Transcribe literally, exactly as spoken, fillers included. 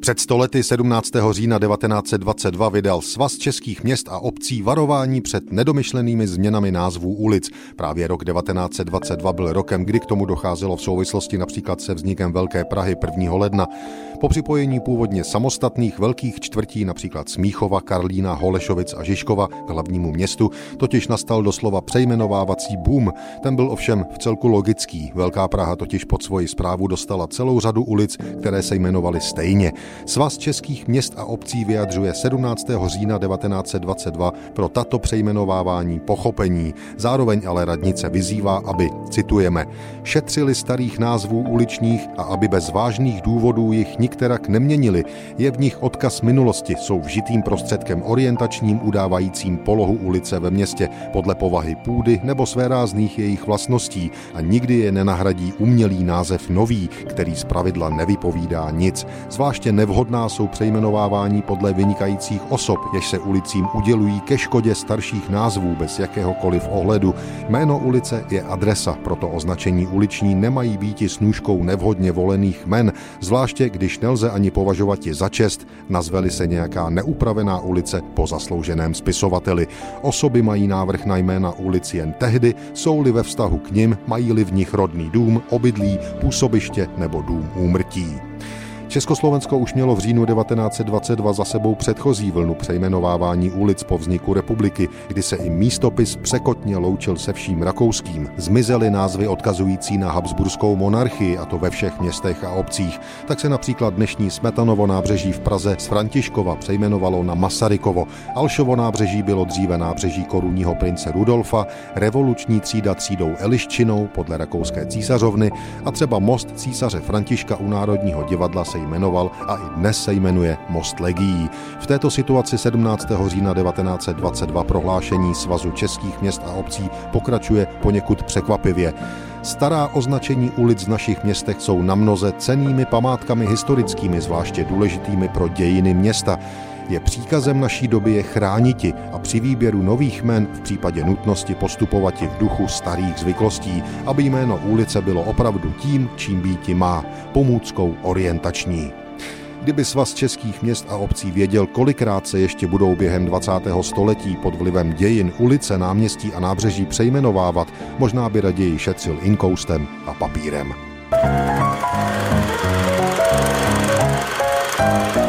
Před sto lety sedmnáctého října devatenáct set dvacet dva vydal Svaz českých měst a obcí varování před nedomyšlenými změnami názvů ulic. Právě rok devatenáct set dvacet dva byl rokem, kdy k tomu docházelo v souvislosti například se vznikem Velké Prahy prvního ledna. Po připojení původně samostatných velkých čtvrtí, například Smíchova, Karlína, Holešovic a Žižkova k hlavnímu městu, totiž nastal doslova přejmenovávací boom. Ten byl ovšem vcelku logický. Velká Praha totiž pod svoji správu dostala celou řadu ulic, které se jmenovaly stejně. Svaz českých měst a obcí vyjadřuje sedmnáctého října devatenáct set dvacet dva pro tato přejmenovávání pochopení. Zároveň ale radnice vyzývá, aby, citujeme, šetřili starých názvů uličních a aby bez vážných důvodů jich nikterak neměnili. Je v nich odkaz minulosti, jsou vžitým prostředkem orientačním udávajícím polohu ulice ve městě podle povahy půdy nebo svérázných jejich vlastností a nikdy je nenahradí umělý název nový, který zpravidla nevypovídá nic. Zvláště nevhodná jsou přejmenovávání podle vynikajících osob, jež se ulicím udělují ke škodě starších názvů bez jakéhokoliv ohledu. Jméno ulice je adresa, proto označení uliční nemají býti snůškou nevhodně volených jmen, zvláště když nelze ani považovat je za čest, nazveli se nějaká neupravená ulice po zaslouženém spisovateli. Osoby mají návrh na jména ulic jen tehdy, jsou-li ve vztahu k nim, mají-li v nich rodný dům, obydlí, působiště nebo dům úmrtí. Československo už mělo v říjnu devatenáct set dvacet dva za sebou předchozí vlnu přejmenovávání ulic po vzniku republiky, kdy se i místopis překotně loučil se vším rakouským. Zmizely názvy odkazující na habsburskou monarchii, a to ve všech městech a obcích. Tak se například dnešní Smetanovo nábřeží v Praze z Františkova přejmenovalo na Masarykovo. Alšovo nábřeží bylo dříve nábřeží korunního prince Rudolfa, revoluční třída třídou Eliščinou podle rakouské císařovny a třeba most císaře Františka u Národního divadla se jmenoval a i dnes se jmenuje Most legií. V této situaci sedmnáctého října devatenáct set dvacet dva prohlášení Svazu českých měst a obcí pokračuje poněkud překvapivě. Stará označení ulic v našich městech jsou namnoze cennými památkami historickými, zvláště důležitými pro dějiny města. Je příkazem naší doby je chrániti a při výběru nových jmen v případě nutnosti postupovat v duchu starých zvyklostí, aby jméno ulice bylo opravdu tím, čím býti má, pomůckou orientační. Kdyby Svaz českých měst a obcí věděl, kolikrát se ještě budou během dvacátého století pod vlivem dějin ulice, náměstí a nábřeží přejmenovávat, možná by raději šetřil inkoustem a papírem.